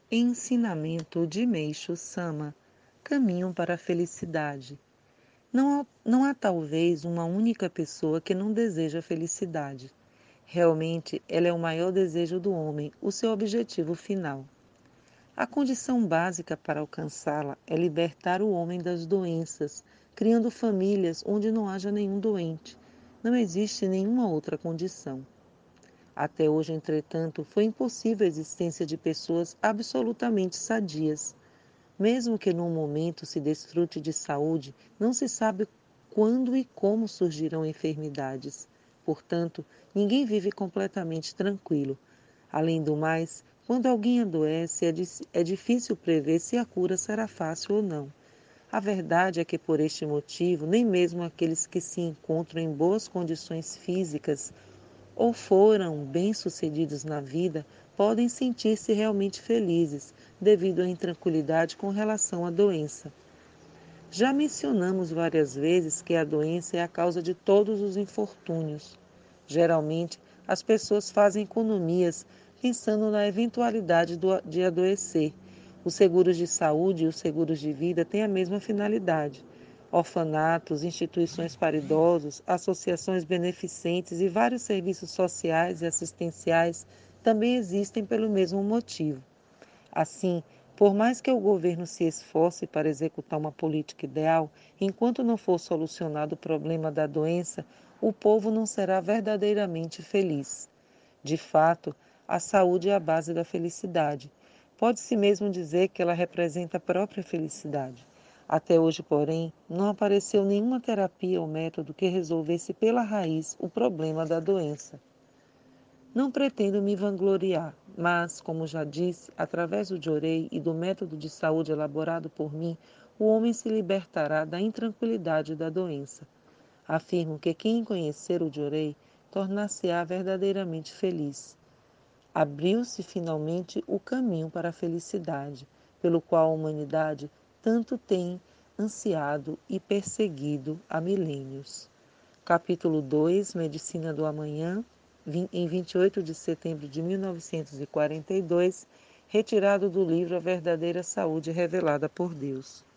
Ensinamento de Meishu Sama. Caminho para a felicidade. Não há talvez uma única pessoa que não deseja felicidade. Realmente, ela é o maior desejo do homem, o seu objetivo final. A condição básica para alcançá-la é libertar o homem das doenças, criando famílias onde não haja nenhum doente. Não existe nenhuma outra condição. Até hoje, entretanto, foi impossível a existência de pessoas absolutamente sadias. Mesmo que num momento se desfrute de saúde, não se sabe quando e como surgirão enfermidades. Portanto, ninguém vive completamente tranquilo. Além do mais, quando alguém adoece, é difícil prever se a cura será fácil ou não. A verdade é que, por este motivo, nem mesmo aqueles que se encontram em boas condições físicas ou foram bem-sucedidos na vida podem sentir-se realmente felizes, devido à intranquilidade com relação à doença. Já mencionamos várias vezes que a doença é a causa de todos os infortúnios. Geralmente, as pessoas fazem economias pensando na eventualidade de adoecer. Os seguros de saúde e os seguros de vida têm a mesma finalidade. Orfanatos, instituições para idosos, associações beneficentes e vários serviços sociais e assistenciais também existem pelo mesmo motivo. Assim, por mais que o governo se esforce para executar uma política ideal, enquanto não for solucionado o problema da doença, o povo não será verdadeiramente feliz. De fato, a saúde é a base da felicidade. Pode-se mesmo dizer que ela representa a própria felicidade. Até hoje, porém, não apareceu nenhuma terapia ou método que resolvesse pela raiz o problema da doença. Não pretendo me vangloriar, mas, como já disse, através do Jorei e do método de saúde elaborado por mim, o homem se libertará da intranquilidade da doença. Afirmo que quem conhecer o Jorei tornar-se-á verdadeiramente feliz. Abriu-se finalmente o caminho para a felicidade, pelo qual a humanidade tanto tem ansiado e perseguido há milênios. Capítulo 2, Medicina do Amanhã, em 28 de setembro de 1942, retirado do livro A Verdadeira Saúde Revelada por Deus.